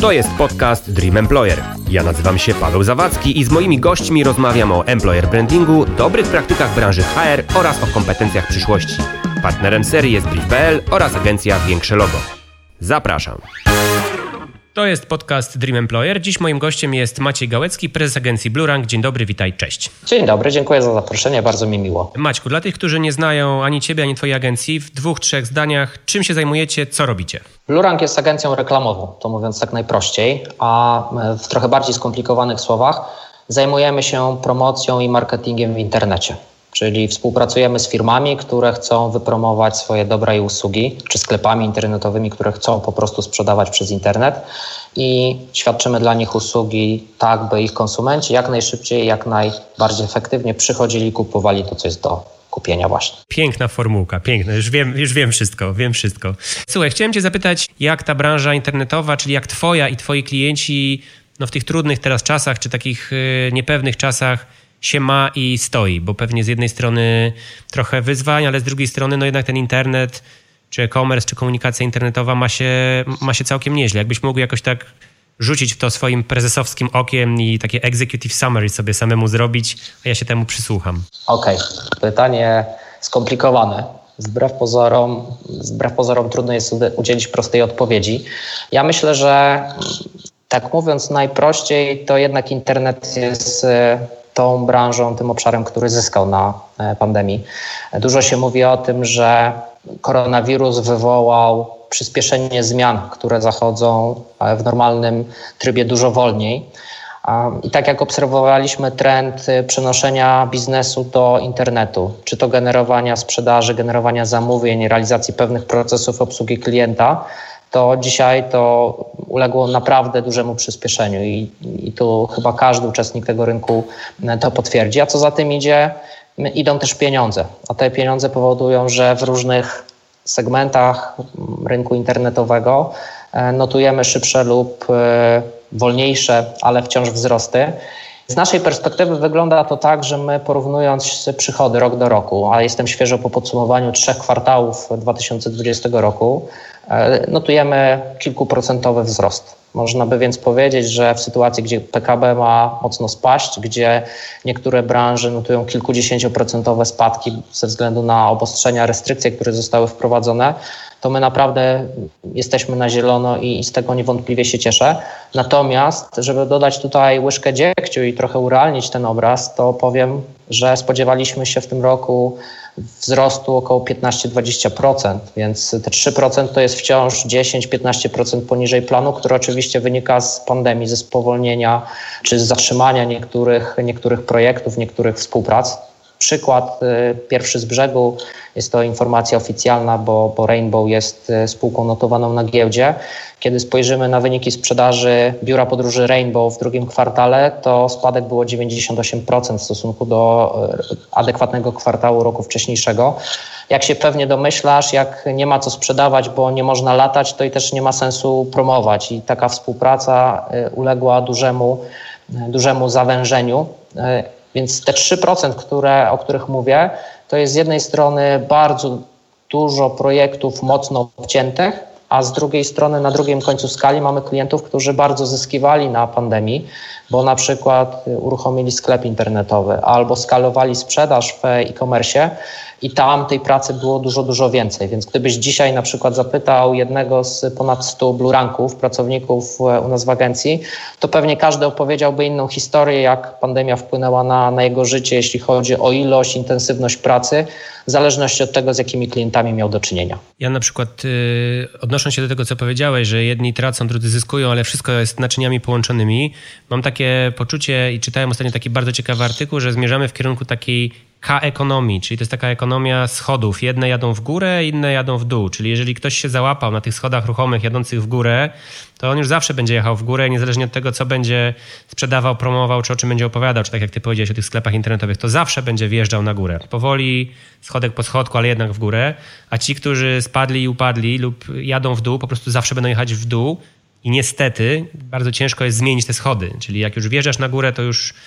To jest podcast Dream Employer. Ja nazywam się Paweł Zawadzki i z moimi gośćmi rozmawiam o employer brandingu, dobrych praktykach branży HR oraz o kompetencjach przyszłości. Partnerem serii jest Brief.pl oraz agencja Większe Logo. Zapraszam. To jest podcast Dream Employer. Dziś moim gościem jest Maciej Gałecki, prezes agencji Blurank. Dzień dobry, witaj, cześć. Dzień dobry, dziękuję za zaproszenie, bardzo mi miło. Maćku, dla tych, którzy nie znają ani ciebie, ani twojej agencji, w 2-3 zdaniach, czym się zajmujecie, co robicie? Blurank jest agencją reklamową, to mówiąc tak najprościej, a w trochę bardziej skomplikowanych słowach zajmujemy się promocją i marketingiem w internecie. Czyli współpracujemy z firmami, które chcą wypromować swoje dobra i usługi, czy sklepami internetowymi, które chcą po prostu sprzedawać przez internet i świadczymy dla nich usługi tak, by ich konsumenci jak najszybciej, jak najbardziej efektywnie przychodzili i kupowali to, co jest do kupienia właśnie. Piękna formułka, piękna. Już wiem wszystko. Słuchaj, chciałem cię zapytać, jak ta branża internetowa, czyli jak twoja i twoi klienci w tych trudnych teraz czasach, czy takich niepewnych czasach się ma i stoi, bo pewnie z jednej strony trochę wyzwań, ale z drugiej strony jednak ten internet, czy e-commerce, czy komunikacja internetowa ma się całkiem nieźle. Jakbyś mógł jakoś tak rzucić w to swoim prezesowskim okiem i takie executive summary sobie samemu zrobić, a ja się temu przysłucham. Okej. Pytanie skomplikowane. Wbrew pozorom trudno jest udzielić prostej odpowiedzi. Ja myślę, że tak mówiąc najprościej, to jednak internet jest tą branżą, tym obszarem, który zyskał na pandemii. Dużo się mówi o tym, że koronawirus wywołał przyspieszenie zmian, które zachodzą w normalnym trybie dużo wolniej. I tak jak obserwowaliśmy trend przenoszenia biznesu do internetu, czy to generowania sprzedaży, generowania zamówień, realizacji pewnych procesów obsługi klienta, to dzisiaj to uległo naprawdę dużemu przyspieszeniu i tu chyba każdy uczestnik tego rynku to potwierdzi. A co za tym idzie, idą też pieniądze. A te pieniądze powodują, że w różnych segmentach rynku internetowego notujemy szybsze lub wolniejsze, ale wciąż wzrosty. Z naszej perspektywy wygląda to tak, że my porównując przychody rok do roku, a jestem świeżo po podsumowaniu 3 kwartałów 2020 roku, notujemy kilkuprocentowy wzrost. Można by więc powiedzieć, że w sytuacji, gdzie PKB ma mocno spaść, gdzie niektóre branże notują kilkudziesięcioprocentowe spadki ze względu na obostrzenia, restrykcje, które zostały wprowadzone, to my naprawdę jesteśmy na zielono i z tego niewątpliwie się cieszę. Natomiast, żeby dodać tutaj łyżkę dziegciu i trochę urealnić ten obraz, to powiem, że spodziewaliśmy się w tym roku wzrostu około 15-20%, więc te 3% to jest wciąż 10-15% poniżej planu, który oczywiście wynika z pandemii, ze spowolnienia czy z zatrzymania niektórych projektów, niektórych współprac. Przykład pierwszy z brzegu, jest to informacja oficjalna, bo Rainbow jest spółką notowaną na giełdzie. Kiedy spojrzymy na wyniki sprzedaży biura podróży Rainbow w drugim kwartale, to spadek było 98% w stosunku do adekwatnego kwartału roku wcześniejszego. Jak się pewnie domyślasz, jak nie ma co sprzedawać, bo nie można latać, to i też nie ma sensu promować i taka współpraca uległa dużemu zawężeniu. Więc te 3%, o których mówię, to jest z jednej strony bardzo dużo projektów mocno wciętych, a z drugiej strony na drugim końcu skali mamy klientów, którzy bardzo zyskiwali na pandemii, bo na przykład uruchomili sklep internetowy albo skalowali sprzedaż w e-commerce i tam tej pracy było dużo więcej. Więc gdybyś dzisiaj na przykład zapytał jednego z ponad 100 Bluranków, pracowników u nas w agencji, to pewnie każdy opowiedziałby inną historię, jak pandemia wpłynęła na jego życie, jeśli chodzi o ilość, intensywność pracy, w zależności od tego, z jakimi klientami miał do czynienia. Ja na przykład odnosząc się do tego, co powiedziałeś, że jedni tracą, drudzy zyskują, ale wszystko jest naczyniami połączonymi, mam takie poczucie i czytałem ostatnio taki bardzo ciekawy artykuł, że zmierzamy w kierunku takiej K-ekonomii, czyli to jest taka ekonomia schodów. Jedne jadą w górę, inne jadą w dół. Czyli jeżeli ktoś się załapał na tych schodach ruchomych jadących w górę, to on już zawsze będzie jechał w górę, niezależnie od tego, co będzie sprzedawał, promował, czy o czym będzie opowiadał, czy tak jak ty powiedziałeś o tych sklepach internetowych, to zawsze będzie wjeżdżał na górę. Powoli, schodek po schodku, ale jednak w górę. A ci, którzy spadli i upadli lub jadą w dół, po prostu zawsze będą jechać w dół. I niestety bardzo ciężko jest zmienić te schody. Czyli jak już wjeżdżasz na górę, to już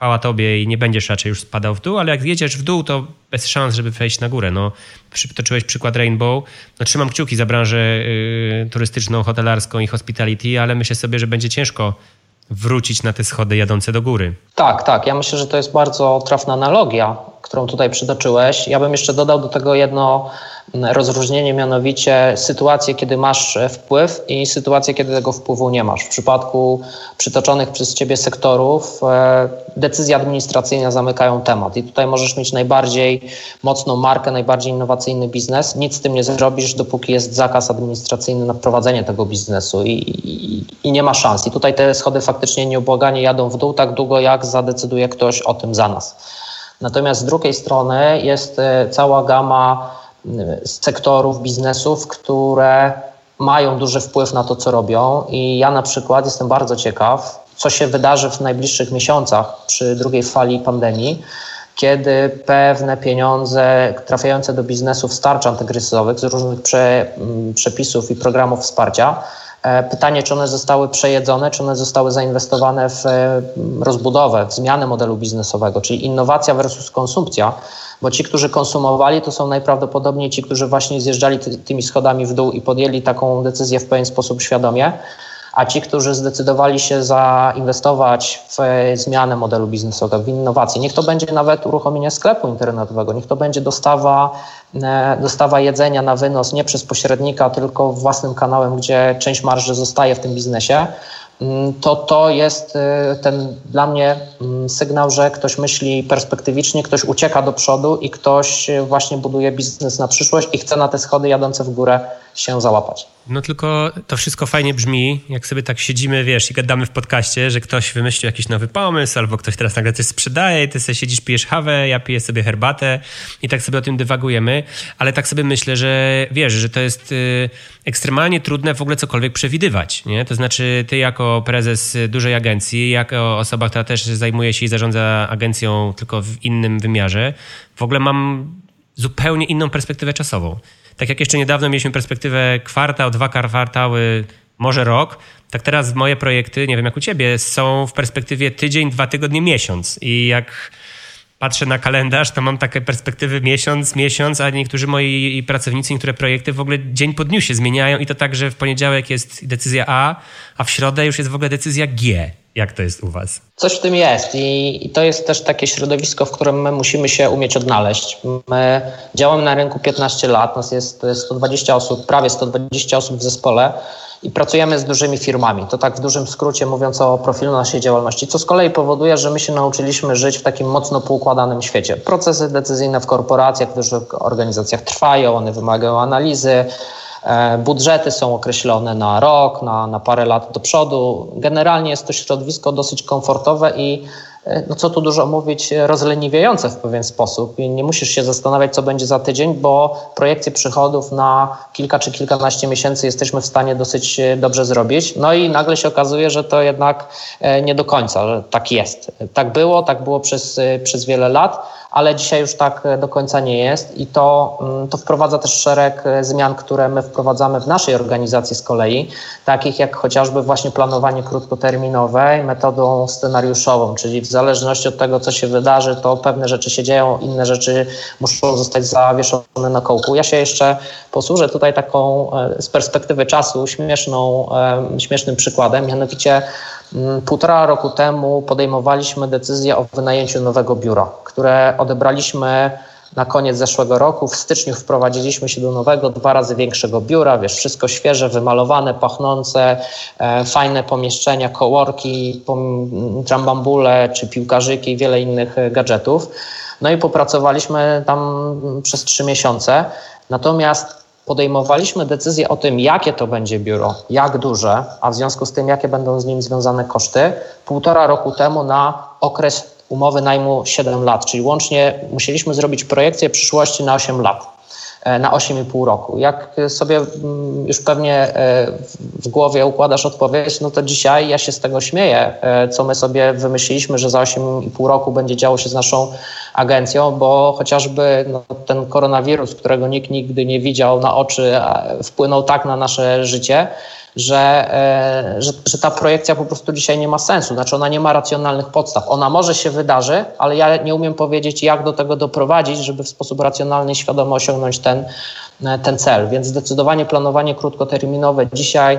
chwała tobie i nie będziesz raczej już spadał w dół, ale jak zjedziesz w dół, to bez szans, żeby wejść na górę. No, przytoczyłeś przykład Rainbow. No, trzymam kciuki za branżę turystyczną, hotelarską i hospitality, ale myślę sobie, że będzie ciężko wrócić na te schody jadące do góry. Tak. Ja myślę, że to jest bardzo trafna analogia, którą tutaj przytoczyłeś. Ja bym jeszcze dodał do tego jedno rozróżnienie, mianowicie sytuację, kiedy masz wpływ i sytuację, kiedy tego wpływu nie masz. W przypadku przytoczonych przez ciebie sektorów decyzje administracyjne zamykają temat i tutaj możesz mieć najbardziej mocną markę, najbardziej innowacyjny biznes. Nic z tym nie zrobisz, dopóki jest zakaz administracyjny na prowadzenie tego biznesu i nie ma szans. I tutaj te schody faktycznie nieubłaganie jadą w dół tak długo, jak zadecyduje ktoś o tym za nas. Natomiast z drugiej strony jest cała gama sektorów, biznesów, które mają duży wpływ na to, co robią i ja na przykład jestem bardzo ciekaw, co się wydarzy w najbliższych miesiącach przy drugiej fali pandemii, kiedy pewne pieniądze trafiające do biznesów z tarcz antykryzysowych, z różnych przepisów i programów wsparcia, pytanie, czy one zostały przejedzone, czy one zostały zainwestowane w rozbudowę, w zmianę modelu biznesowego, czyli innowacja versus konsumpcja, bo ci, którzy konsumowali, to są najprawdopodobniej ci, którzy właśnie zjeżdżali tymi schodami w dół i podjęli taką decyzję w pewien sposób świadomie, a ci, którzy zdecydowali się zainwestować w zmianę modelu biznesowego, w innowacje, niech to będzie nawet uruchomienie sklepu internetowego, niech to będzie dostawa jedzenia na wynos nie przez pośrednika, tylko własnym kanałem, gdzie część marży zostaje w tym biznesie, to jest ten dla mnie sygnał, że ktoś myśli perspektywicznie, ktoś ucieka do przodu i ktoś właśnie buduje biznes na przyszłość i chce na te schody jadące w górę się załapać. No tylko to wszystko fajnie brzmi, jak sobie tak siedzimy, wiesz, i gadamy w podcaście, że ktoś wymyślił jakiś nowy pomysł, albo ktoś teraz nagle coś sprzedaje i ty sobie siedzisz, pijesz kawę, ja piję sobie herbatę i tak sobie o tym dywagujemy, ale tak sobie myślę, że wiesz, że to jest ekstremalnie trudne w ogóle cokolwiek przewidywać, nie? To znaczy ty jako prezes dużej agencji, jako osoba, która też zajmuje się i zarządza agencją tylko w innym wymiarze, w ogóle mam zupełnie inną perspektywę czasową. Tak jak jeszcze niedawno mieliśmy perspektywę kwartał, 2 kwartały, może rok, tak teraz moje projekty, nie wiem jak u ciebie, są w perspektywie tydzień, 2 tygodnie, miesiąc. I jak patrzę na kalendarz, to mam takie perspektywy miesiąc, a niektórzy moi pracownicy, niektóre projekty w ogóle dzień po dniu się zmieniają i to tak, że w poniedziałek jest decyzja a w środę już jest w ogóle decyzja G. Jak to jest u was? Coś w tym jest i to jest też takie środowisko, w którym my musimy się umieć odnaleźć. My działamy na rynku 15 lat, nas jest 120 osób, prawie 120 osób w zespole i pracujemy z dużymi firmami. To tak w dużym skrócie mówiąc o profilu naszej działalności, co z kolei powoduje, że my się nauczyliśmy żyć w takim mocno poukładanym świecie. Procesy decyzyjne w korporacjach, w dużych organizacjach trwają, one wymagają analizy, budżety są określone na rok, na parę lat do przodu. Generalnie jest to środowisko dosyć komfortowe i no co tu dużo mówić, rozleniwiające w pewien sposób i nie musisz się zastanawiać, co będzie za tydzień, bo projekcje przychodów na kilka czy kilkanaście miesięcy jesteśmy w stanie dosyć dobrze zrobić. No i nagle się okazuje, że to jednak nie do końca, że tak jest. Tak było przez wiele lat, ale dzisiaj już tak do końca nie jest i to wprowadza też szereg zmian, które my wprowadzamy w naszej organizacji z kolei, takich jak chociażby właśnie planowanie krótkoterminowe metodą scenariuszową, czyli w zależności od tego, co się wydarzy, to pewne rzeczy się dzieją, inne rzeczy muszą zostać zawieszone na kołku. Ja się jeszcze posłużę tutaj taką z perspektywy czasu śmiesznym przykładem, mianowicie 1,5 roku temu podejmowaliśmy decyzję o wynajęciu nowego biura, które odebraliśmy na koniec zeszłego roku. W styczniu wprowadziliśmy się do nowego, 2 razy większego biura, wiesz, wszystko świeże, wymalowane, pachnące, fajne pomieszczenia, coworki, trambambule czy piłkarzyki i wiele innych gadżetów. No i popracowaliśmy tam przez 3 miesiące. Natomiast podejmowaliśmy decyzję o tym, jakie to będzie biuro, jak duże, a w związku z tym, jakie będą z nim związane koszty, 1,5 roku temu na okres umowy najmu 7 lat, czyli łącznie musieliśmy zrobić projekcję przyszłości na 8 lat, na 8,5 roku. Jak sobie już pewnie w głowie układasz odpowiedź, no to dzisiaj ja się z tego śmieję, co my sobie wymyśliliśmy, że za 8,5 roku będzie działo się z naszą agencją, bo chociażby ten koronawirus, którego nikt nigdy nie widział na oczy, wpłynął tak na nasze życie, że ta projekcja po prostu dzisiaj nie ma sensu. Znaczy ona nie ma racjonalnych podstaw. Ona może się wydarzy, ale ja nie umiem powiedzieć, jak do tego doprowadzić, żeby w sposób racjonalny i świadomy osiągnąć ten cel. Więc zdecydowanie planowanie krótkoterminowe dzisiaj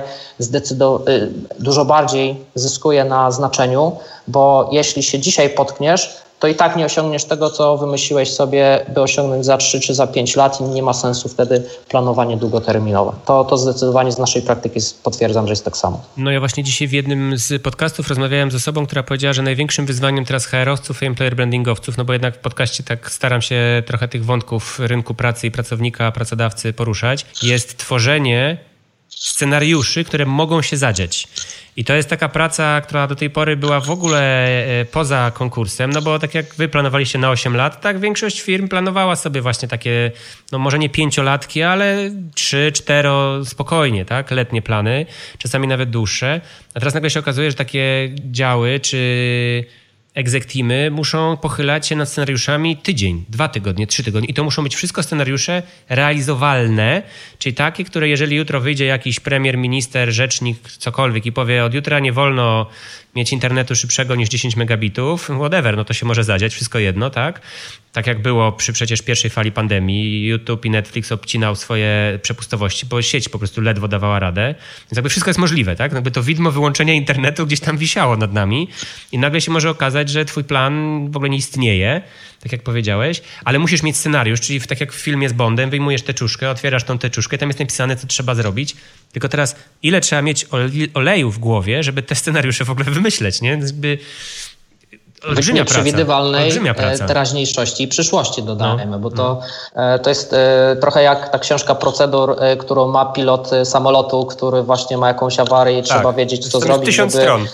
dużo bardziej zyskuje na znaczeniu, bo jeśli się dzisiaj potkniesz, to i tak nie osiągniesz tego, co wymyśliłeś sobie, by osiągnąć za 3 czy za 5 lat i nie ma sensu wtedy planowanie długoterminowe. To zdecydowanie z naszej praktyki potwierdzam, że jest tak samo. No ja właśnie dzisiaj w jednym z podcastów rozmawiałem z osobą, która powiedziała, że największym wyzwaniem teraz HR-owców i employer brandingowców, no bo jednak w podcaście tak staram się trochę tych wątków rynku pracy i pracownika, pracodawcy poruszać, jest tworzenie scenariuszy, które mogą się zadziać. I to jest taka praca, która do tej pory była w ogóle poza konkursem, no bo tak jak wy planowaliście na 8 lat, tak większość firm planowała sobie właśnie takie, no może nie 5-latki, ale 3-4 spokojnie, tak, letnie plany, czasami nawet dłuższe. A teraz nagle się okazuje, że takie działy czy exec teamy muszą pochylać się nad scenariuszami tydzień, 2 tygodnie, 3 tygodnie i to muszą być wszystko scenariusze realizowalne, czyli takie, które jeżeli jutro wyjdzie jakiś premier, minister, rzecznik, cokolwiek i powie od jutra nie wolno mieć internetu szybszego niż 10 megabitów, whatever, no to się może zadziać, wszystko jedno, tak? Tak jak było przy przecież pierwszej fali pandemii, YouTube i Netflix obcinał swoje przepustowości, bo sieć po prostu ledwo dawała radę. Więc jakby wszystko jest możliwe, tak? Jakby to widmo wyłączenia internetu gdzieś tam wisiało nad nami i nagle się może okazać, że twój plan w ogóle nie istnieje, tak jak powiedziałeś, ale musisz mieć scenariusz, czyli tak jak w filmie z Bondem, wyjmujesz teczuszkę, otwierasz tą teczuszkę, tam jest napisane, co trzeba zrobić. Tylko teraz, ile trzeba mieć oleju w głowie, żeby te scenariusze w ogóle wymyśleć, nie? Jakby olbrzymia praca. Przewidywalnej teraźniejszości i przyszłości dodajmy, bo to jest trochę jak ta książka procedur, którą ma pilot samolotu, który właśnie ma jakąś awarię i trzeba wiedzieć, co zrobić, 1000 stron.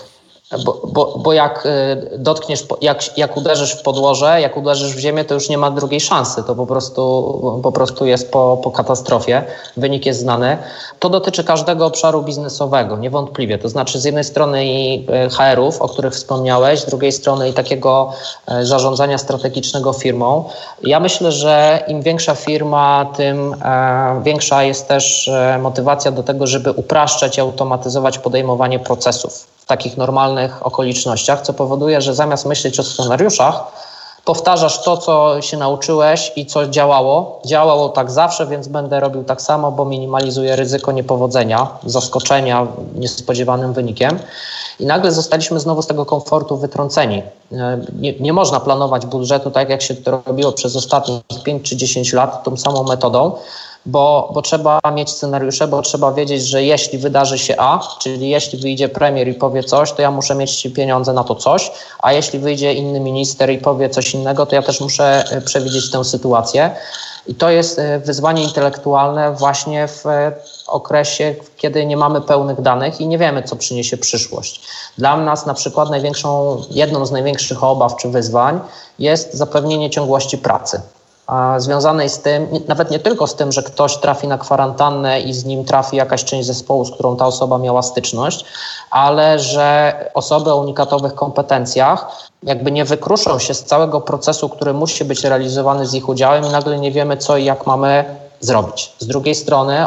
Bo jak dotkniesz, jak uderzysz w podłoże, jak uderzysz w ziemię, to już nie ma drugiej szansy. To po prostu jest po katastrofie. Wynik jest znany. To dotyczy każdego obszaru biznesowego, niewątpliwie. To znaczy z jednej strony i HR-ów, o których wspomniałeś, z drugiej strony i takiego zarządzania strategicznego firmą. Ja myślę, że im większa firma, tym większa jest też motywacja do tego, żeby upraszczać i automatyzować podejmowanie procesów w takich normalnych okolicznościach, co powoduje, że zamiast myśleć o scenariuszach, powtarzasz to, co się nauczyłeś i co działało. Działało tak zawsze, więc będę robił tak samo, bo minimalizuje ryzyko niepowodzenia, zaskoczenia niespodziewanym wynikiem. I nagle zostaliśmy znowu z tego komfortu wytrąceni. Nie można planować budżetu tak, jak się to robiło przez ostatnich 5 czy 10 lat tą samą metodą, bo trzeba mieć scenariusze, bo trzeba wiedzieć, że jeśli wydarzy się A, czyli jeśli wyjdzie premier i powie coś, to ja muszę mieć pieniądze na to coś, a jeśli wyjdzie inny minister i powie coś innego, to ja też muszę przewidzieć tę sytuację. I to jest wyzwanie intelektualne właśnie w okresie, kiedy nie mamy pełnych danych i nie wiemy, co przyniesie przyszłość. Dla nas na przykład jedną z największych obaw czy wyzwań jest zapewnienie ciągłości pracy. Związanej z tym, nawet nie tylko z tym, że ktoś trafi na kwarantannę i z nim trafi jakaś część zespołu, z którą ta osoba miała styczność, ale że osoby o unikatowych kompetencjach jakby nie wykruszą się z całego procesu, który musi być realizowany z ich udziałem i nagle nie wiemy, co i jak mamy zrobić. Z drugiej strony,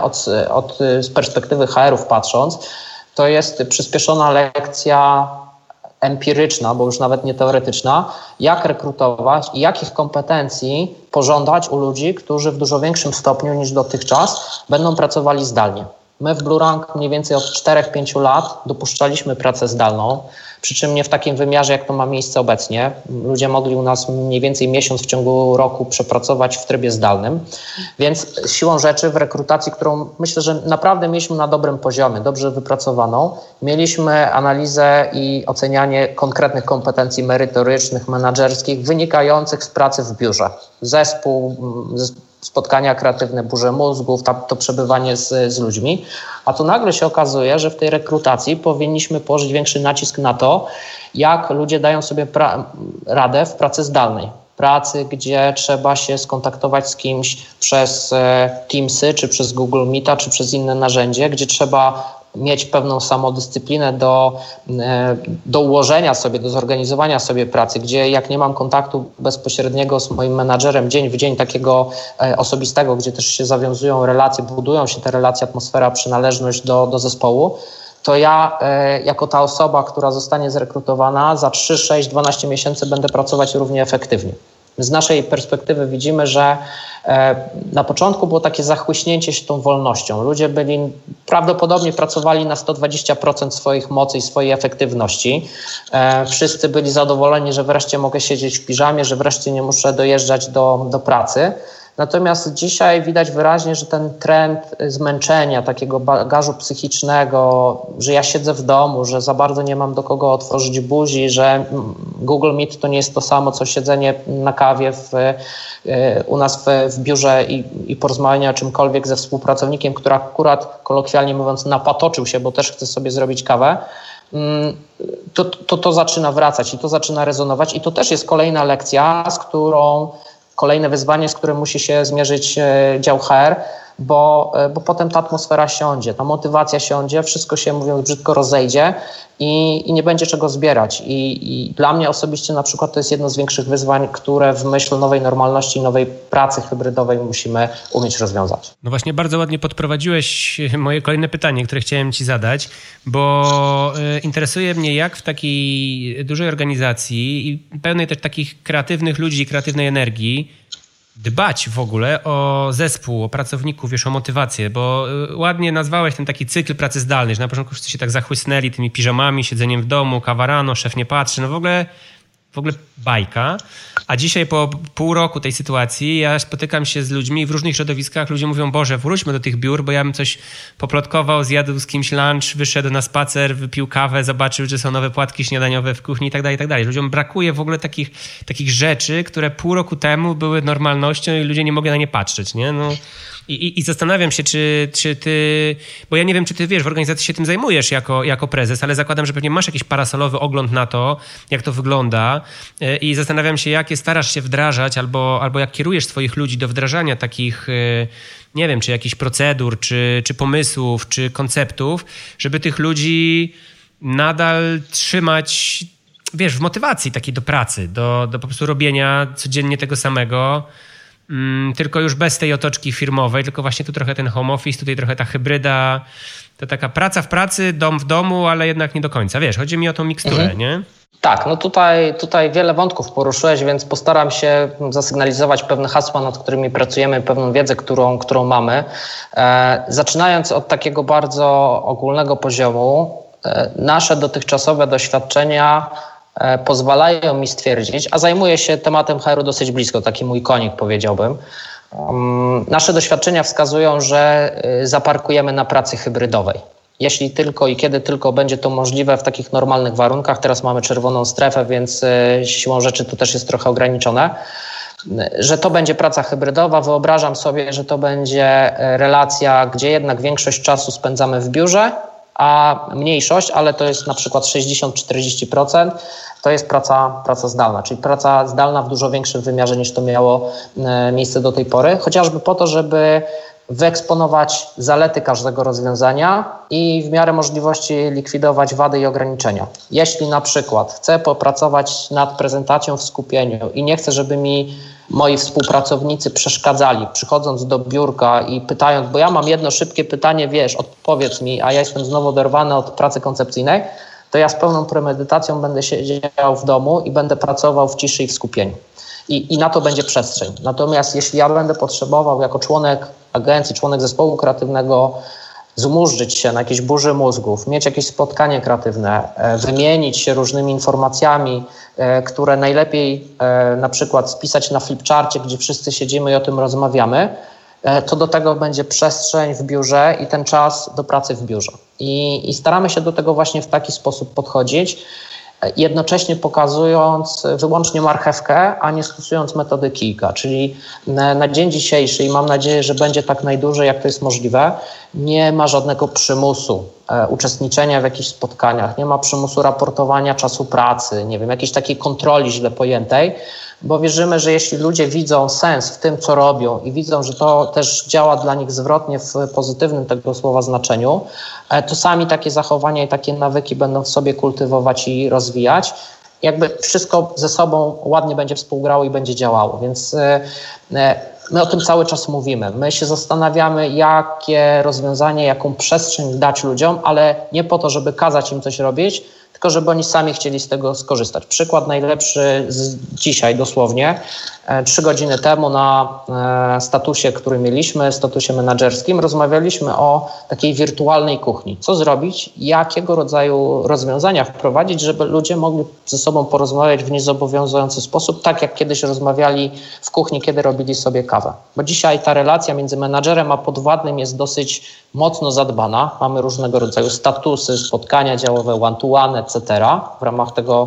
z perspektywy HR-ów patrząc, to jest przyspieszona lekcja empiryczna, bo już nawet nie teoretyczna, jak rekrutować i jakich kompetencji pożądać u ludzi, którzy w dużo większym stopniu niż dotychczas będą pracowali zdalnie. My w Blurank mniej więcej od 4-5 lat dopuszczaliśmy pracę zdalną, przy czym nie w takim wymiarze, jak to ma miejsce obecnie. Ludzie mogli u nas mniej więcej miesiąc w ciągu roku przepracować w trybie zdalnym, więc siłą rzeczy w rekrutacji, którą myślę, że naprawdę mieliśmy na dobrym poziomie, dobrze wypracowaną, mieliśmy analizę i ocenianie konkretnych kompetencji merytorycznych, menadżerskich wynikających z pracy w biurze. Zespół, spotkania kreatywne, burze mózgów, to przebywanie z ludźmi. A tu nagle się okazuje, że w tej rekrutacji powinniśmy położyć większy nacisk na to, jak ludzie dają sobie radę w pracy zdalnej. Pracy, gdzie trzeba się skontaktować z kimś przez Teamsy, czy przez Google Meeta, czy przez inne narzędzie, gdzie trzeba mieć pewną samodyscyplinę do ułożenia sobie, do zorganizowania sobie pracy, gdzie jak nie mam kontaktu bezpośredniego z moim menadżerem dzień w dzień takiego osobistego, gdzie też się zawiązują relacje, budują się te relacje, atmosfera, przynależność do zespołu, to ja jako ta osoba, która zostanie zrekrutowana za 3, 6, 12 miesięcy będę pracować równie efektywnie. Z naszej perspektywy widzimy, że na początku było takie zachłyśnięcie się tą wolnością. Ludzie prawdopodobnie pracowali na 120% swoich mocy i swojej efektywności. Wszyscy byli zadowoleni, że wreszcie mogę siedzieć w piżamie, że wreszcie nie muszę dojeżdżać do pracy. Natomiast dzisiaj widać wyraźnie, że ten trend zmęczenia, takiego bagażu psychicznego, że ja siedzę w domu, że za bardzo nie mam do kogo otworzyć buzi, że Google Meet to nie jest to samo, co siedzenie na kawie u nas w biurze i porozmawianie o czymkolwiek ze współpracownikiem, który akurat, kolokwialnie mówiąc, napatoczył się, bo też chce sobie zrobić kawę. To zaczyna wracać i to zaczyna rezonować i to też jest kolejna lekcja, kolejne wyzwanie, z którym musi się zmierzyć dział HR, bo potem ta atmosfera siądzie, ta motywacja siądzie, wszystko się, mówiąc brzydko, rozejdzie i nie będzie czego zbierać. I dla mnie osobiście na przykład to jest jedno z większych wyzwań, które w myśl nowej normalności, nowej pracy hybrydowej musimy umieć rozwiązać. No właśnie, bardzo ładnie podprowadziłeś moje kolejne pytanie, które chciałem ci zadać, bo interesuje mnie, jak w takiej dużej organizacji i pełnej też takich kreatywnych ludzi i kreatywnej energii dbać w ogóle o zespół, o pracowników, wiesz, o motywację, bo ładnie nazwałeś ten taki cykl pracy zdalnej, że na początku wszyscy się tak zachłysnęli tymi piżamami, siedzeniem w domu, kawa rano, szef nie patrzy, no w ogóle bajka. A dzisiaj po pół roku tej sytuacji ja spotykam się z ludźmi w różnych środowiskach. Ludzie mówią, Boże, wróćmy do tych biur, bo ja bym coś poplotkował, zjadł z kimś lunch, wyszedł na spacer, wypił kawę, zobaczył, że są nowe płatki śniadaniowe w kuchni i tak dalej, i tak dalej. Ludziom brakuje w ogóle takich rzeczy, które pół roku temu były normalnością i ludzie nie mogli na nie patrzeć, nie? No. I zastanawiam się, czy ty, bo ja nie wiem, czy ty wiesz, w organizacji się tym zajmujesz jako prezes, ale zakładam, że pewnie masz jakiś parasolowy ogląd na to, jak to wygląda i zastanawiam się, jakie starasz się wdrażać albo jak kierujesz swoich ludzi do wdrażania takich, nie wiem, czy jakichś procedur, czy pomysłów, czy konceptów, żeby tych ludzi nadal trzymać, wiesz, w motywacji takiej do pracy, do po prostu robienia codziennie tego samego, tylko już bez tej otoczki firmowej, tylko właśnie tu trochę ten home office, tutaj trochę ta hybryda, to taka praca w pracy, dom w domu, ale jednak nie do końca. Wiesz, chodzi mi o tą miksturę, nie? Tak, no tutaj wiele wątków poruszyłeś, więc postaram się zasygnalizować pewne hasła, nad którymi pracujemy, pewną wiedzę, którą mamy. Zaczynając od takiego bardzo ogólnego poziomu, nasze dotychczasowe doświadczenia pozwalają mi stwierdzić, a zajmuję się tematem HR-u dosyć blisko, taki mój konik, powiedziałbym. Nasze doświadczenia wskazują, że zaparkujemy na pracy hybrydowej. Jeśli tylko i kiedy tylko będzie to możliwe w takich normalnych warunkach, teraz mamy czerwoną strefę, więc siłą rzeczy to też jest trochę ograniczone, że to będzie praca hybrydowa. Wyobrażam sobie, że to będzie relacja, gdzie jednak większość czasu spędzamy w biurze, a mniejszość, ale to jest na przykład 60-40%, to jest praca zdalna, czyli praca zdalna w dużo większym wymiarze niż to miało miejsce do tej pory, chociażby po to, żeby wyeksponować zalety każdego rozwiązania i w miarę możliwości likwidować wady i ograniczenia. Jeśli na przykład chcę popracować nad prezentacją w skupieniu i nie chcę, żeby mi moi współpracownicy przeszkadzali, przychodząc do biurka i pytając, bo ja mam jedno szybkie pytanie, wiesz, odpowiedz mi, a ja jestem znowu oderwany od pracy koncepcyjnej, to ja z pełną premedytacją będę siedział w domu i będę pracował w ciszy i w skupieniu. I na to będzie przestrzeń. Natomiast jeśli ja będę potrzebował jako członek agencji, członek zespołu kreatywnego zmurzyć się na jakiejś burzy mózgów, mieć jakieś spotkanie kreatywne, wymienić się różnymi informacjami, które najlepiej na przykład spisać na flipcharcie, gdzie wszyscy siedzimy i o tym rozmawiamy, to do tego będzie przestrzeń w biurze i ten czas do pracy w biurze. I staramy się do tego właśnie w taki sposób podchodzić, jednocześnie pokazując wyłącznie marchewkę, a nie stosując metody kijka. Czyli na dzień dzisiejszy, i mam nadzieję, że będzie tak najdłużej, jak to jest możliwe, nie ma żadnego przymusu uczestniczenia w jakichś spotkaniach, nie ma przymusu raportowania czasu pracy, nie wiem, jakiejś takiej kontroli źle pojętej, bo wierzymy, że jeśli ludzie widzą sens w tym, co robią i widzą, że to też działa dla nich zwrotnie w pozytywnym tego słowa znaczeniu, to sami takie zachowania i takie nawyki będą w sobie kultywować i rozwijać. Jakby wszystko ze sobą ładnie będzie współgrało i będzie działało, więc my o tym cały czas mówimy. My się zastanawiamy, jakie rozwiązanie, jaką przestrzeń dać ludziom, ale nie po to, żeby kazać im coś robić, tylko żeby oni sami chcieli z tego skorzystać. Przykład najlepszy z dzisiaj dosłownie. 3 godziny temu na statusie, który mieliśmy, statusie menadżerskim, rozmawialiśmy o takiej wirtualnej kuchni. Co zrobić, jakiego rodzaju rozwiązania wprowadzić, żeby ludzie mogli ze sobą porozmawiać w niezobowiązujący sposób, tak jak kiedyś rozmawiali w kuchni, kiedy robili sobie kawę. Bo dzisiaj ta relacja między menadżerem a podwładnym jest dosyć mocno zadbana. Mamy różnego rodzaju statusy, spotkania działowe, one-to-one, etc. w ramach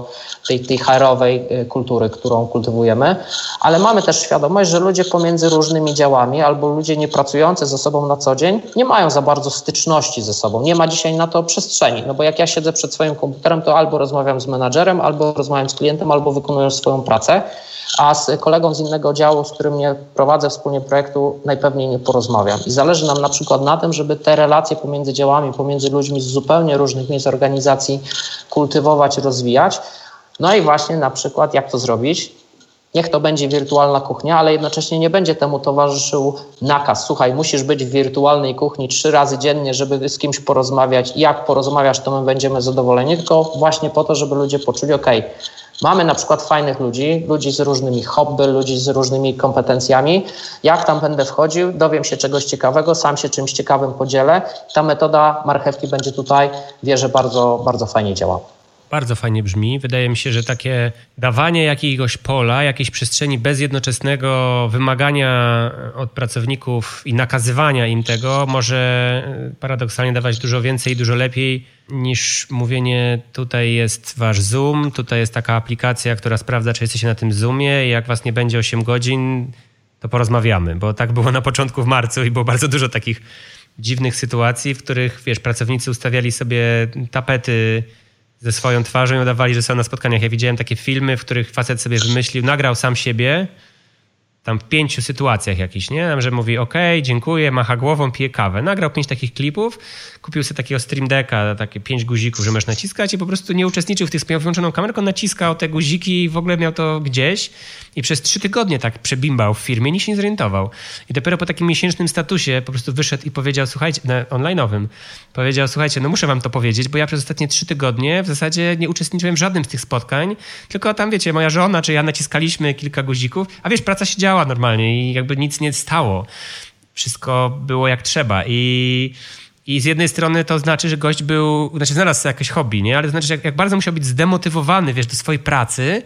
tej HR-owej kultury, którą kultywujemy. Ale mamy też świadomość, że ludzie pomiędzy różnymi działami albo ludzie niepracujący ze sobą na co dzień nie mają za bardzo styczności ze sobą. Nie ma dzisiaj na to przestrzeni. No bo jak ja siedzę przed swoim komputerem, to albo rozmawiam z menadżerem, albo rozmawiam z klientem, albo wykonuję swoją pracę, a z kolegą z innego działu, z którym nie prowadzę wspólnie projektu, najpewniej nie porozmawiam. I zależy nam na przykład na tym, żeby te relacje pomiędzy działami, pomiędzy ludźmi z zupełnie różnych miejsc organizacji kultywować, rozwijać. No i właśnie na przykład jak to zrobić? Niech to będzie wirtualna kuchnia, ale jednocześnie nie będzie temu towarzyszył nakaz. Słuchaj, musisz być w wirtualnej kuchni 3 razy dziennie, żeby z kimś porozmawiać. I jak porozmawiasz, to my będziemy zadowoleni. Tylko właśnie po to, żeby ludzie poczuli, mamy na przykład fajnych ludzi z różnymi hobby, ludzi z różnymi kompetencjami. Jak tam będę wchodził, dowiem się czegoś ciekawego, sam się czymś ciekawym podzielę. Ta metoda marchewki będzie tutaj, wierzę, bardzo, bardzo fajnie działała. Bardzo fajnie brzmi. Wydaje mi się, że takie dawanie jakiegoś pola, jakiejś przestrzeni bez jednoczesnego wymagania od pracowników i nakazywania im tego może paradoksalnie dawać dużo więcej i dużo lepiej niż mówienie tutaj jest wasz Zoom, tutaj jest taka aplikacja, która sprawdza, czy jesteście na tym Zoomie i jak was nie będzie 8 godzin, to porozmawiamy, bo tak było na początku w marcu i było bardzo dużo takich dziwnych sytuacji, w których pracownicy ustawiali sobie tapety ze swoją twarzą i udawali, że są na spotkaniach. Ja widziałem takie filmy, w których facet sobie wymyślił, nagrał sam siebie tam w 5 sytuacjach jakichś, nie? Tam, że mówi okej, dziękuję, macha głową, pije kawę. Nagrał 5 takich klipów, kupił sobie takiego Stream Decka, takie 5 guzików, że możesz naciskać i po prostu nie uczestniczył w tych z wyłączoną kamerką, naciskał te guziki i w ogóle miał to gdzieś i przez 3 tygodnie tak przebimbał w firmie, nikt się nie zorientował. I dopiero po takim miesięcznym statusie po prostu wyszedł i powiedział, słuchajcie, online'owym, powiedział, słuchajcie, no muszę wam to powiedzieć, bo ja przez ostatnie 3 tygodnie w zasadzie nie uczestniczyłem w żadnym z tych spotkań, tylko tam, wiecie, moja żona czy ja naciskaliśmy kilka guzików, a wiesz, praca się działa normalnie i jakby nic nie stało. Wszystko było jak trzeba i z jednej strony to znaczy, że gość znalazł sobie jakieś hobby, nie? Ale to znaczy, że jak bardzo musiał być zdemotywowany, wiesz, do swojej pracy,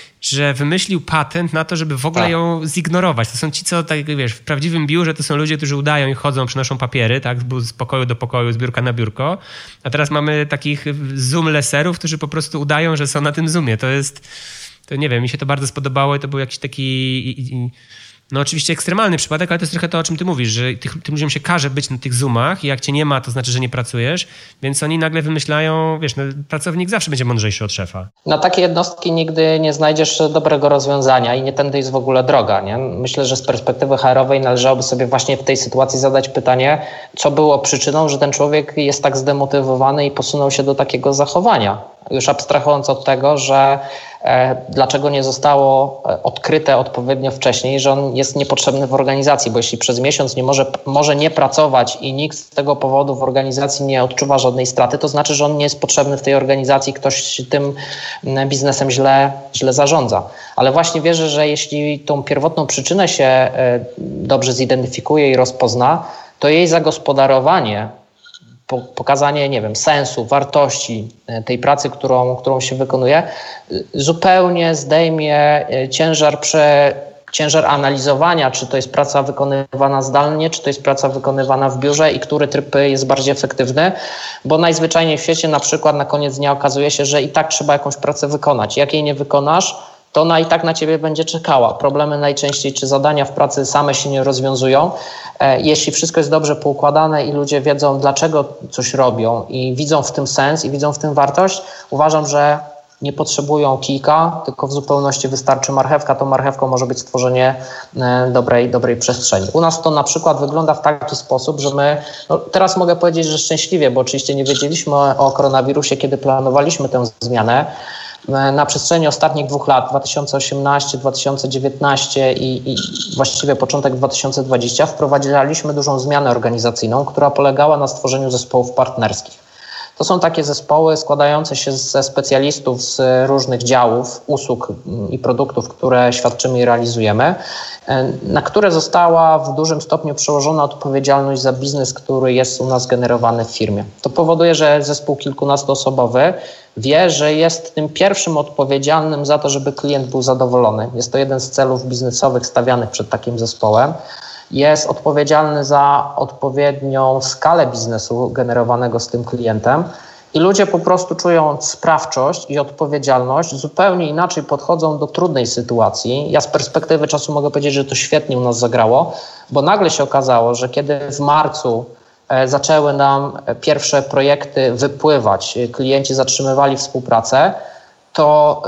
że wymyślił patent na to, żeby w ogóle ją zignorować. To są ci, co tak, wiesz, w prawdziwym biurze to są ludzie, którzy udają i chodzą, przynoszą papiery, tak, z pokoju do pokoju, z biurka na biurko. A teraz mamy takich Zoom-leserów, którzy po prostu udają, że są na tym Zoomie. To nie wiem, mi się to bardzo spodobało i to był jakiś taki... No oczywiście ekstremalny przypadek, ale to jest trochę to, o czym ty mówisz, że tym ludziom się każe być na tych Zoomach i jak cię nie ma, to znaczy, że nie pracujesz, więc oni nagle wymyślają, wiesz, pracownik zawsze będzie mądrzejszy od szefa. Na takie jednostki nigdy nie znajdziesz dobrego rozwiązania i nie tędy jest w ogóle droga, nie? Myślę, że z perspektywy HR-owej należałoby sobie właśnie w tej sytuacji zadać pytanie, co było przyczyną, że ten człowiek jest tak zdemotywowany i posunął się do takiego zachowania. Już abstrahując od tego, że dlaczego nie zostało odkryte odpowiednio wcześniej, że on jest niepotrzebny w organizacji, bo jeśli przez miesiąc nie może nie pracować i nikt z tego powodu w organizacji nie odczuwa żadnej straty, to znaczy, że on nie jest potrzebny w tej organizacji, ktoś tym biznesem źle zarządza. Ale właśnie wierzę, że jeśli tą pierwotną przyczynę się dobrze zidentyfikuje i rozpozna, to jej zagospodarowanie, pokazanie, nie wiem, sensu, wartości tej pracy, którą się wykonuje, zupełnie zdejmie ciężar analizowania, czy to jest praca wykonywana zdalnie, czy to jest praca wykonywana w biurze i który tryb jest bardziej efektywny, bo najzwyczajniej w świecie na przykład na koniec dnia okazuje się, że i tak trzeba jakąś pracę wykonać. Jak jej nie wykonasz, to ona i tak na ciebie będzie czekała. Problemy najczęściej, czy zadania w pracy same się nie rozwiązują. Jeśli wszystko jest dobrze poukładane i ludzie wiedzą, dlaczego coś robią i widzą w tym sens i widzą w tym wartość, uważam, że nie potrzebują kijka, tylko w zupełności wystarczy marchewka. To marchewką może być stworzenie dobrej przestrzeni. U nas to na przykład wygląda w taki sposób, że my, teraz mogę powiedzieć, że szczęśliwie, bo oczywiście nie wiedzieliśmy o koronawirusie, kiedy planowaliśmy tę zmianę. Na przestrzeni ostatnich 2 lat, 2018, 2019 i właściwie początek 2020, wprowadziliśmy dużą zmianę organizacyjną, która polegała na stworzeniu zespołów partnerskich. To są takie zespoły składające się ze specjalistów z różnych działów, usług i produktów, które świadczymy i realizujemy, na które została w dużym stopniu przełożona odpowiedzialność za biznes, który jest u nas generowany w firmie. To powoduje, że zespół kilkunastoosobowy wie, że jest tym pierwszym odpowiedzialnym za to, żeby klient był zadowolony. Jest to jeden z celów biznesowych stawianych przed takim zespołem. Jest odpowiedzialny za odpowiednią skalę biznesu generowanego z tym klientem i ludzie po prostu czują sprawczość i odpowiedzialność, zupełnie inaczej podchodzą do trudnej sytuacji. Ja z perspektywy czasu mogę powiedzieć, że to świetnie u nas zagrało, bo nagle się okazało, że kiedy w marcu zaczęły nam pierwsze projekty wypływać, klienci zatrzymywali współpracę, to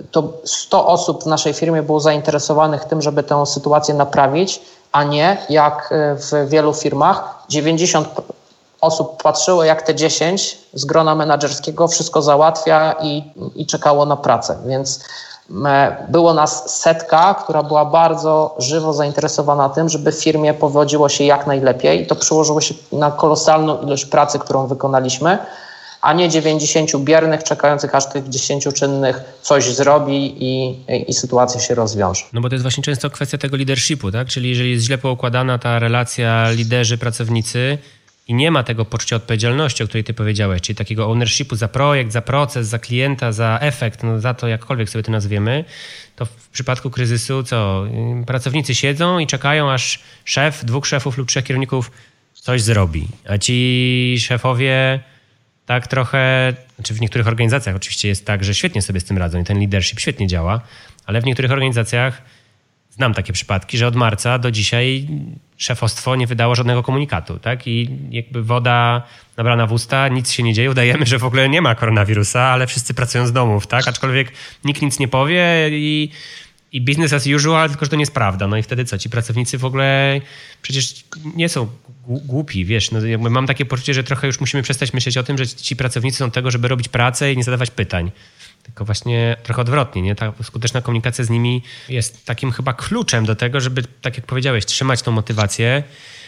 100 osób w naszej firmie było zainteresowanych tym, żeby tę sytuację naprawić, a nie jak w wielu firmach 90 osób patrzyło, jak te 10 z grona menadżerskiego wszystko załatwia i czekało na pracę. Więc było nas 100, która była bardzo żywo zainteresowana tym, żeby w firmie powodziło się jak najlepiej. I to przełożyło się na kolosalną ilość pracy, którą wykonaliśmy, a nie 90 biernych czekających, aż tych 10 czynnych coś zrobi i sytuacja się rozwiąże. No bo to jest właśnie często kwestia tego leadershipu, tak? Czyli jeżeli jest źle poukładana ta relacja liderzy-pracownicy i nie ma tego poczucia odpowiedzialności, o której ty powiedziałeś, czyli takiego ownershipu za projekt, za proces, za klienta, za efekt, no za to jakkolwiek sobie to nazwiemy, to w przypadku kryzysu pracownicy siedzą i czekają, aż szef, 2 szefów lub 3 kierowników coś zrobi, a ci szefowie tak trochę, znaczy w niektórych organizacjach oczywiście jest tak, że świetnie sobie z tym radzą i ten leadership świetnie działa, ale w niektórych organizacjach znam takie przypadki, że od marca do dzisiaj szefostwo nie wydało żadnego komunikatu, tak? I jakby woda nabrana w usta, nic się nie dzieje, udajemy, że w ogóle nie ma koronawirusa, ale wszyscy pracują z domów, tak? Aczkolwiek nikt nic nie powie i business as usual, tylko że to nie jest prawda. No i wtedy co? Ci pracownicy w ogóle przecież nie są głupi, wiesz. No jakby mam takie poczucie, że trochę już musimy przestać myśleć o tym, że ci pracownicy są tego, żeby robić pracę i nie zadawać pytań. Tylko właśnie trochę odwrotnie, nie? Ta skuteczna komunikacja z nimi jest takim chyba kluczem do tego, żeby, tak jak powiedziałeś, trzymać tą motywację,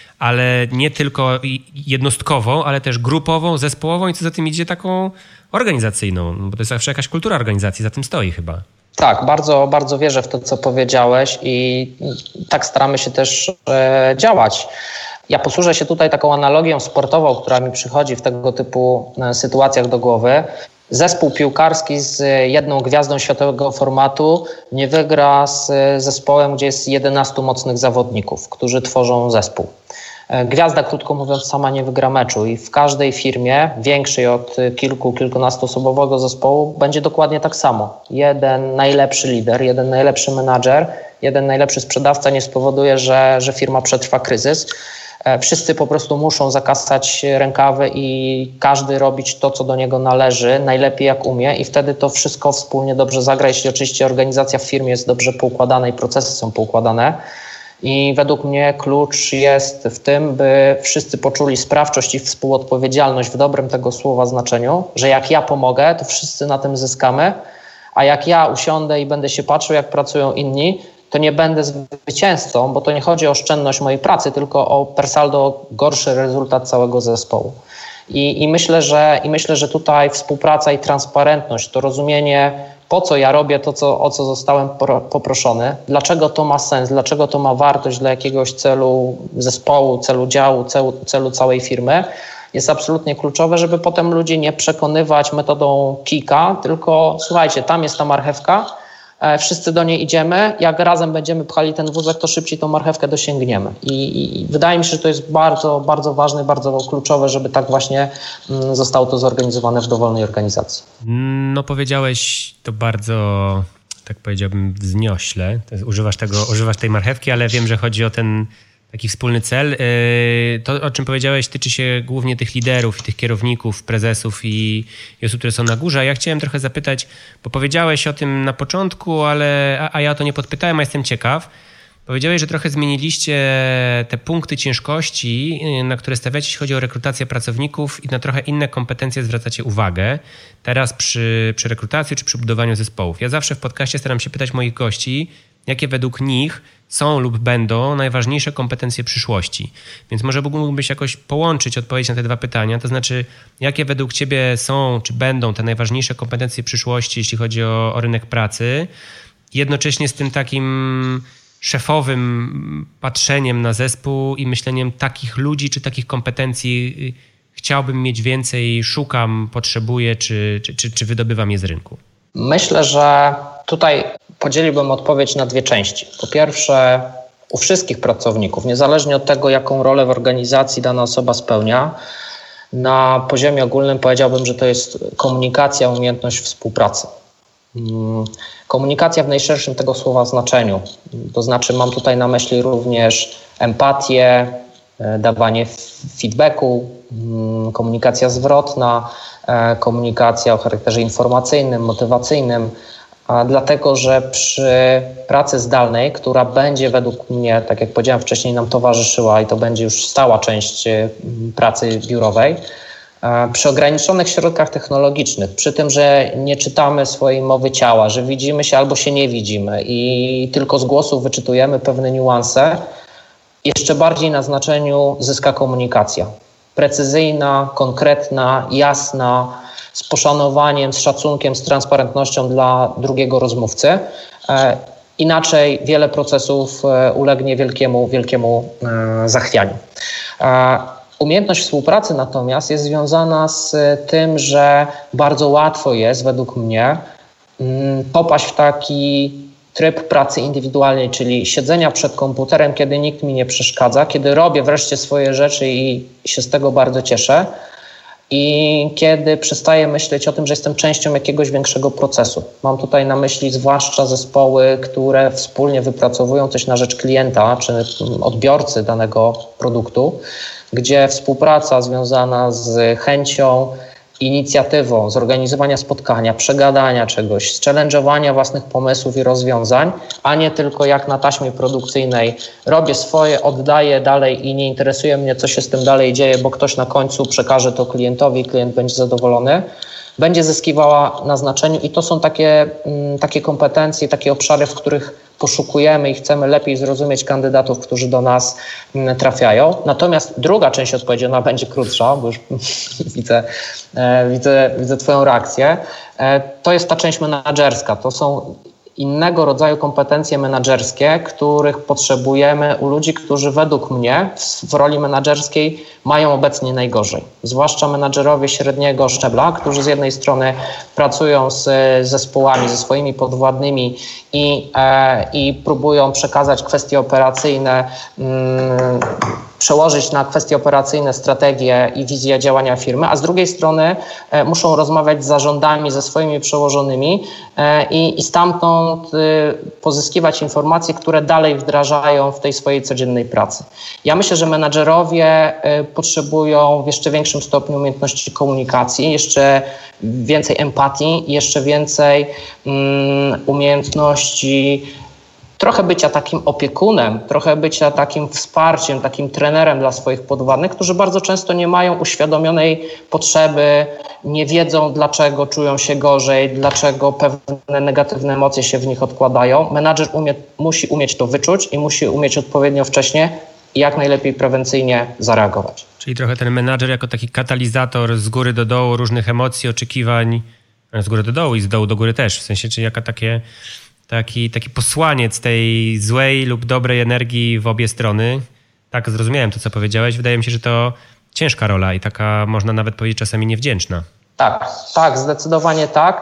ale nie tylko jednostkową, ale też grupową, zespołową i co za tym idzie taką organizacyjną, bo to jest zawsze jakaś kultura organizacji, za tym stoi chyba. Tak, bardzo, bardzo wierzę w to, co powiedziałeś i tak staramy się też działać. Ja posłużę się tutaj taką analogią sportową, która mi przychodzi w tego typu sytuacjach do głowy. Zespół piłkarski z jedną gwiazdą światowego formatu nie wygra z zespołem, gdzie jest 11 mocnych zawodników, którzy tworzą zespół. Gwiazda, krótko mówiąc, sama nie wygra meczu i w każdej firmie, większej od kilkunastoosobowego zespołu, będzie dokładnie tak samo. Jeden najlepszy lider, jeden najlepszy menadżer, jeden najlepszy sprzedawca nie spowoduje, że firma przetrwa kryzys. Wszyscy po prostu muszą zakasać rękawy i każdy robić to, co do niego należy, najlepiej jak umie i wtedy to wszystko wspólnie dobrze zagra, jeśli oczywiście organizacja w firmie jest dobrze poukładana i procesy są poukładane. I według mnie klucz jest w tym, by wszyscy poczuli sprawczość i współodpowiedzialność w dobrym tego słowa znaczeniu, że jak ja pomogę, to wszyscy na tym zyskamy, a jak ja usiądę i będę się patrzył, jak pracują inni, to nie będę zwycięzcą, bo to nie chodzi o oszczędność mojej pracy, tylko o per saldo gorszy rezultat całego zespołu. I myślę, że tutaj współpraca i transparentność, to rozumienie, po co ja robię to, o co zostałem poproszony, dlaczego to ma sens, dlaczego to ma wartość dla jakiegoś celu zespołu, celu działu, celu całej firmy, jest absolutnie kluczowe, żeby potem ludzi nie przekonywać metodą kika, tylko słuchajcie, tam jest ta marchewka, wszyscy do niej idziemy, jak razem będziemy pchali ten wózek, to szybciej tą marchewkę dosięgniemy. I wydaje mi się, że to jest bardzo, bardzo ważne, bardzo kluczowe, żeby tak właśnie zostało to zorganizowane w dowolnej organizacji. No powiedziałeś to bardzo tak powiedziałbym, wzniośle. Używasz tej marchewki, ale wiem, że chodzi o ten taki wspólny cel. To, o czym powiedziałeś, tyczy się głównie tych liderów i tych kierowników, prezesów i osób, które są na górze. A ja chciałem trochę zapytać, bo powiedziałeś o tym na początku, a ja o to nie podpytałem, a jestem ciekaw. Powiedziałeś, że trochę zmieniliście te punkty ciężkości, na które stawiacie, jeśli chodzi o rekrutację pracowników i na trochę inne kompetencje zwracacie uwagę. Teraz przy rekrutacji czy przy budowaniu zespołów. Ja zawsze w podcaście staram się pytać moich gości, jakie według nich są lub będą najważniejsze kompetencje przyszłości. Więc może mógłbyś jakoś połączyć odpowiedź na te dwa pytania, to znaczy jakie według ciebie są czy będą te najważniejsze kompetencje przyszłości, jeśli chodzi o rynek pracy, jednocześnie z tym takim szefowym patrzeniem na zespół i myśleniem takich ludzi czy takich kompetencji chciałbym mieć więcej, szukam, potrzebuję czy wydobywam je z rynku? Myślę, że tutaj podzieliłbym odpowiedź na dwie części. Po pierwsze, u wszystkich pracowników, niezależnie od tego, jaką rolę w organizacji dana osoba spełnia, na poziomie ogólnym powiedziałbym, że to jest komunikacja, umiejętność współpracy. Komunikacja w najszerszym tego słowa znaczeniu. To znaczy mam tutaj na myśli również empatię, dawanie feedbacku, komunikacja zwrotna, komunikacja o charakterze informacyjnym, motywacyjnym, dlatego że przy pracy zdalnej, która będzie według mnie, tak jak powiedziałem wcześniej, nam towarzyszyła i to będzie już stała część pracy biurowej, przy ograniczonych środkach technologicznych, przy tym, że nie czytamy swojej mowy ciała, że widzimy się albo się nie widzimy i tylko z głosu wyczytujemy pewne niuanse, jeszcze bardziej na znaczeniu zyska komunikacja. Precyzyjna, konkretna, jasna, z poszanowaniem, z szacunkiem, z transparentnością dla drugiego rozmówcy. Inaczej wiele procesów ulegnie wielkiemu zachwianiu. Umiejętność współpracy natomiast jest związana z tym, że bardzo łatwo jest według mnie popaść w taki tryb pracy indywidualnej, czyli siedzenia przed komputerem, kiedy nikt mi nie przeszkadza, kiedy robię wreszcie swoje rzeczy i się z tego bardzo cieszę i kiedy przestaję myśleć o tym, że jestem częścią jakiegoś większego procesu. Mam tutaj na myśli zwłaszcza zespoły, które wspólnie wypracowują coś na rzecz klienta czy odbiorcy danego produktu, gdzie współpraca związana z chęcią, inicjatywą, zorganizowania spotkania, przegadania czegoś, challenge'owania własnych pomysłów i rozwiązań, a nie tylko jak na taśmie produkcyjnej robię swoje, oddaję dalej i nie interesuje mnie, co się z tym dalej dzieje, bo ktoś na końcu przekaże to klientowi i klient będzie zadowolony, będzie zyskiwała na znaczeniu i to są takie kompetencje, takie obszary, w których poszukujemy i chcemy lepiej zrozumieć kandydatów, którzy do nas trafiają. Natomiast druga część odpowiedzi, ona będzie krótsza, bo już widzę Twoją reakcję. To jest ta część menadżerska. To są innego rodzaju kompetencje menadżerskie, których potrzebujemy u ludzi, którzy według mnie w roli menadżerskiej mają obecnie najgorzej. Zwłaszcza menadżerowie średniego szczebla, którzy z jednej strony pracują z zespołami, ze swoimi podwładnymi i próbują przekazać kwestie operacyjne, przełożyć na kwestie operacyjne strategie i wizję działania firmy, a z drugiej strony muszą rozmawiać z zarządami, ze swoimi przełożonymi i stamtąd pozyskiwać informacje, które dalej wdrażają w tej swojej codziennej pracy. Ja myślę, że menadżerowie potrzebują w jeszcze większym stopniu umiejętności komunikacji, jeszcze więcej empatii, jeszcze więcej umiejętności trochę bycia takim opiekunem, trochę bycia takim wsparciem, takim trenerem dla swoich podwładnych, którzy bardzo często nie mają uświadomionej potrzeby, nie wiedzą, dlaczego czują się gorzej, dlaczego pewne negatywne emocje się w nich odkładają. Menadżer musi umieć to wyczuć i musi umieć odpowiednio wcześnie i jak najlepiej prewencyjnie zareagować. Czyli trochę ten menadżer jako taki katalizator z góry do dołu różnych emocji, oczekiwań, z góry do dołu i z dołu do góry też, w sensie, czy jako taki posłaniec tej złej lub dobrej energii w obie strony. Tak zrozumiałem to, co powiedziałeś. Wydaje mi się, że to ciężka rola i taka, można nawet powiedzieć, czasami niewdzięczna. Tak, zdecydowanie tak.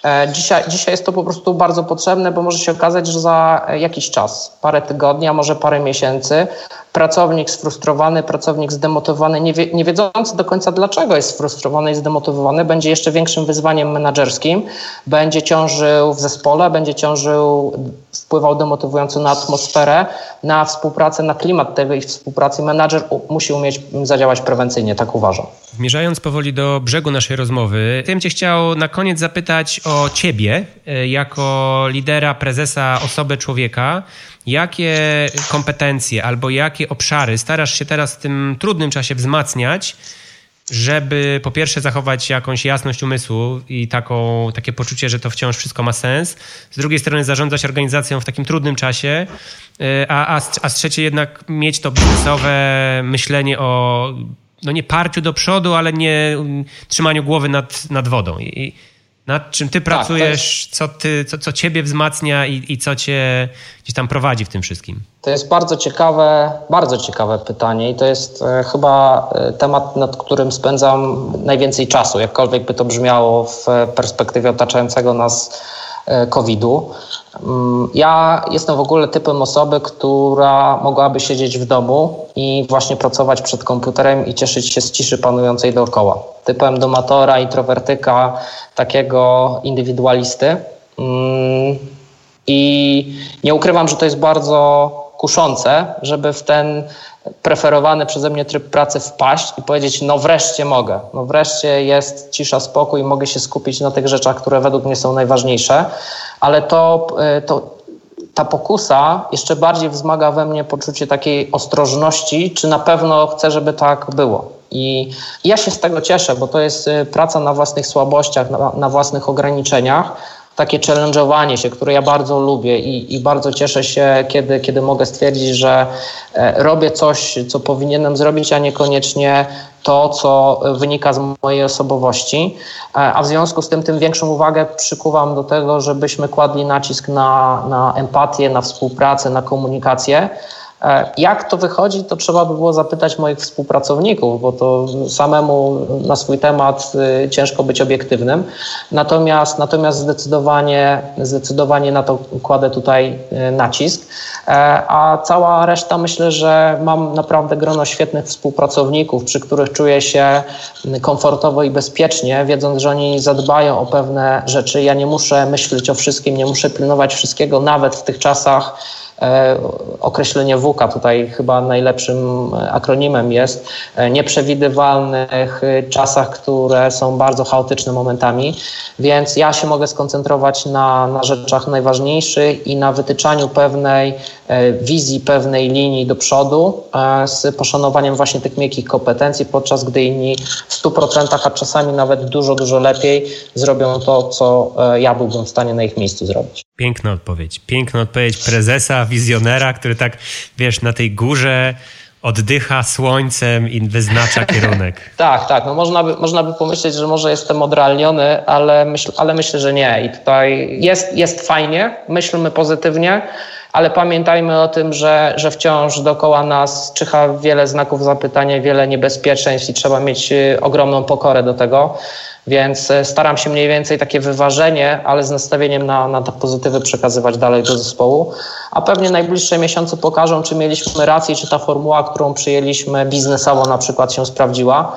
Dzisiaj jest to po prostu bardzo potrzebne, bo może się okazać, że za jakiś czas, parę tygodni, a może parę miesięcy, pracownik sfrustrowany, pracownik zdemotywowany, nie wiedzący do końca dlaczego jest sfrustrowany i zdemotywowany, będzie jeszcze większym wyzwaniem menedżerskim, będzie ciążył w zespole, będzie wpływał demotywująco na atmosferę, na współpracę, na klimat tej współpracy. Menadżer musi umieć zadziałać prewencyjnie, tak uważam. Zmierzając powoli do brzegu naszej rozmowy, ja bym cię chciał na koniec zapytać o ciebie, jako lidera, prezesa, osobę, człowieka. Jakie kompetencje albo jakie obszary starasz się teraz w tym trudnym czasie wzmacniać, żeby po pierwsze zachować jakąś jasność umysłu i takie poczucie, że to wciąż wszystko ma sens, z drugiej strony zarządzać organizacją w takim trudnym czasie, a z trzeciej jednak mieć to biznesowe myślenie o nie parciu do przodu, ale nie trzymaniu głowy nad wodą. I nad czym ty pracujesz, co ciebie wzmacnia i co cię gdzieś tam prowadzi w tym wszystkim? To jest bardzo ciekawe pytanie i to jest chyba temat, nad którym spędzam najwięcej czasu, jakkolwiek by to brzmiało w perspektywie otaczającego nas COVID-u. Ja jestem w ogóle typem osoby, która mogłaby siedzieć w domu i właśnie pracować przed komputerem i cieszyć się z ciszy panującej dookoła. Typem domatora, introwertyka, takiego indywidualisty. I nie ukrywam, że to jest bardzo kuszące, żeby w ten preferowany przeze mnie tryb pracy wpaść i powiedzieć, no wreszcie mogę, no wreszcie jest cisza, spokój, mogę się skupić na tych rzeczach, które według mnie są najważniejsze, ale ta pokusa jeszcze bardziej wzmaga we mnie poczucie takiej ostrożności, czy na pewno chcę, żeby tak było. I ja się z tego cieszę, bo to jest praca na własnych słabościach, na własnych ograniczeniach, takie challenge'owanie się, które ja bardzo lubię i bardzo cieszę się, kiedy mogę stwierdzić, że robię coś, co powinienem zrobić, a niekoniecznie to, co wynika z mojej osobowości. A w związku z tym większą uwagę przykuwam do tego, żebyśmy kładli nacisk na empatię, na współpracę, na komunikację. Jak to wychodzi, to trzeba by było zapytać moich współpracowników, bo to samemu na swój temat ciężko być obiektywnym. Natomiast zdecydowanie na to kładę tutaj nacisk. A cała reszta, myślę, że mam naprawdę grono świetnych współpracowników, przy których czuję się komfortowo i bezpiecznie, wiedząc, że oni zadbają o pewne rzeczy. Ja nie muszę myśleć o wszystkim, nie muszę pilnować wszystkiego, nawet w tych czasach. Określenie VUCA tutaj chyba najlepszym akronimem jest, nieprzewidywalnych czasach, które są bardzo chaotyczne momentami, więc ja się mogę skoncentrować na rzeczach najważniejszych i na wytyczaniu pewnej wizji, pewnej linii do przodu z poszanowaniem właśnie tych miękkich kompetencji, podczas gdy inni w 100%, a czasami nawet dużo, dużo lepiej zrobią to, co ja byłbym w stanie na ich miejscu zrobić. Piękna odpowiedź prezesa, wizjonera, który tak, na tej górze oddycha słońcem i wyznacza kierunek. Tak, no można by pomyśleć, że może jestem odrealniony, ale myślę, że nie. I tutaj jest fajnie, myślmy pozytywnie, ale pamiętajmy o tym, że wciąż dookoła nas czyha wiele znaków zapytania, wiele niebezpieczeństw i trzeba mieć ogromną pokorę do tego. Więc staram się mniej więcej takie wyważenie, ale z nastawieniem na te pozytywy przekazywać dalej do zespołu. A pewnie najbliższe miesiące pokażą, czy mieliśmy rację, czy ta formuła, którą przyjęliśmy biznesowo na przykład się sprawdziła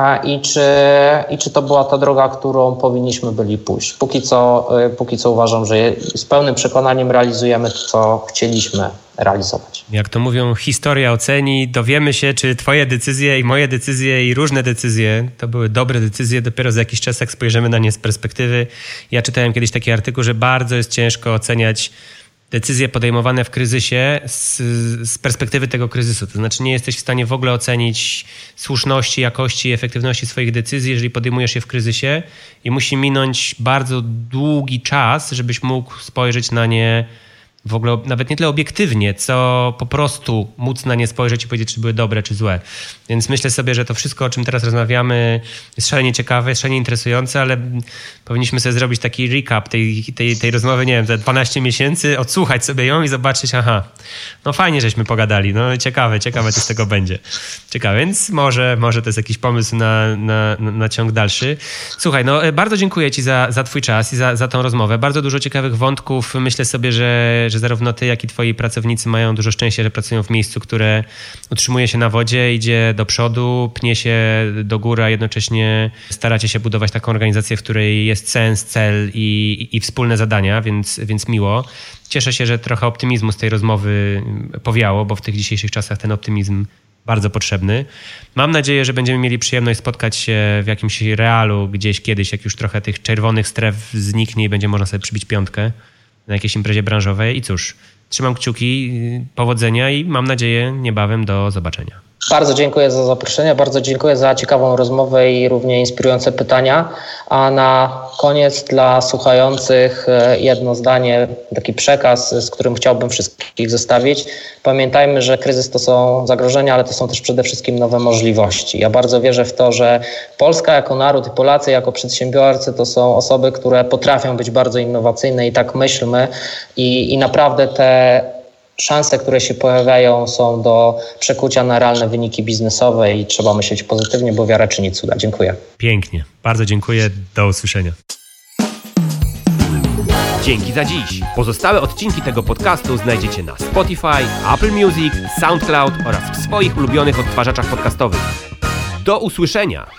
i czy to była ta droga, którą powinniśmy byli pójść. Póki co uważam, że z pełnym przekonaniem realizujemy to, co chcieliśmy realizować. Jak to mówią, historia oceni, dowiemy się, czy twoje decyzje i moje decyzje i różne decyzje to były dobre decyzje dopiero za jakiś czas, jak spojrzymy na nie z perspektywy. Ja czytałem kiedyś taki artykuł, że bardzo jest ciężko oceniać decyzje podejmowane w kryzysie z perspektywy tego kryzysu. To znaczy nie jesteś w stanie w ogóle ocenić słuszności, jakości i efektywności swoich decyzji, jeżeli podejmujesz je w kryzysie i musi minąć bardzo długi czas, żebyś mógł spojrzeć na nie w ogóle nawet nie tyle obiektywnie, co po prostu móc na nie spojrzeć i powiedzieć, czy były dobre, czy złe. Więc myślę sobie, że to wszystko, o czym teraz rozmawiamy, jest szalenie ciekawe, jest szalenie interesujące, ale powinniśmy sobie zrobić taki recap tej rozmowy, nie wiem, za 12 miesięcy, odsłuchać sobie ją i zobaczyć, aha, no fajnie, żeśmy pogadali, no ciekawe, co z tego będzie. Ciekawe, więc może to jest jakiś pomysł na ciąg dalszy. Słuchaj, no bardzo dziękuję Ci za Twój czas i za tą rozmowę. Bardzo dużo ciekawych wątków. Myślę sobie, że zarówno Ty, jak i Twoi pracownicy mają dużo szczęścia, że pracują w miejscu, które utrzymuje się na wodzie, idzie do przodu, pnie się do góry, a jednocześnie staracie się budować taką organizację, w której jest sens, cel i wspólne zadania, więc miło. Cieszę się, że trochę optymizmu z tej rozmowy powiało, bo w tych dzisiejszych czasach ten optymizm bardzo potrzebny. Mam nadzieję, że będziemy mieli przyjemność spotkać się w jakimś realu gdzieś kiedyś, jak już trochę tych czerwonych stref zniknie i będzie można sobie przybić piątkę na jakiejś imprezie branżowej. I cóż, trzymam kciuki, powodzenia i mam nadzieję niebawem do zobaczenia. Bardzo dziękuję za zaproszenie, bardzo dziękuję za ciekawą rozmowę i równie inspirujące pytania. A na koniec dla słuchających jedno zdanie, taki przekaz, z którym chciałbym wszystkich zostawić. Pamiętajmy, że kryzys to są zagrożenia, ale to są też przede wszystkim nowe możliwości. Ja bardzo wierzę w to, że Polska jako naród i Polacy jako przedsiębiorcy to są osoby, które potrafią być bardzo innowacyjne i tak myślmy i naprawdę te szanse, które się pojawiają, są do przekucia na realne wyniki biznesowe i trzeba myśleć pozytywnie, bo wiara czyni cuda. Dziękuję. Pięknie. Bardzo dziękuję. Do usłyszenia. Dzięki za dziś. Pozostałe odcinki tego podcastu znajdziecie na Spotify, Apple Music, SoundCloud oraz w swoich ulubionych odtwarzaczach podcastowych. Do usłyszenia.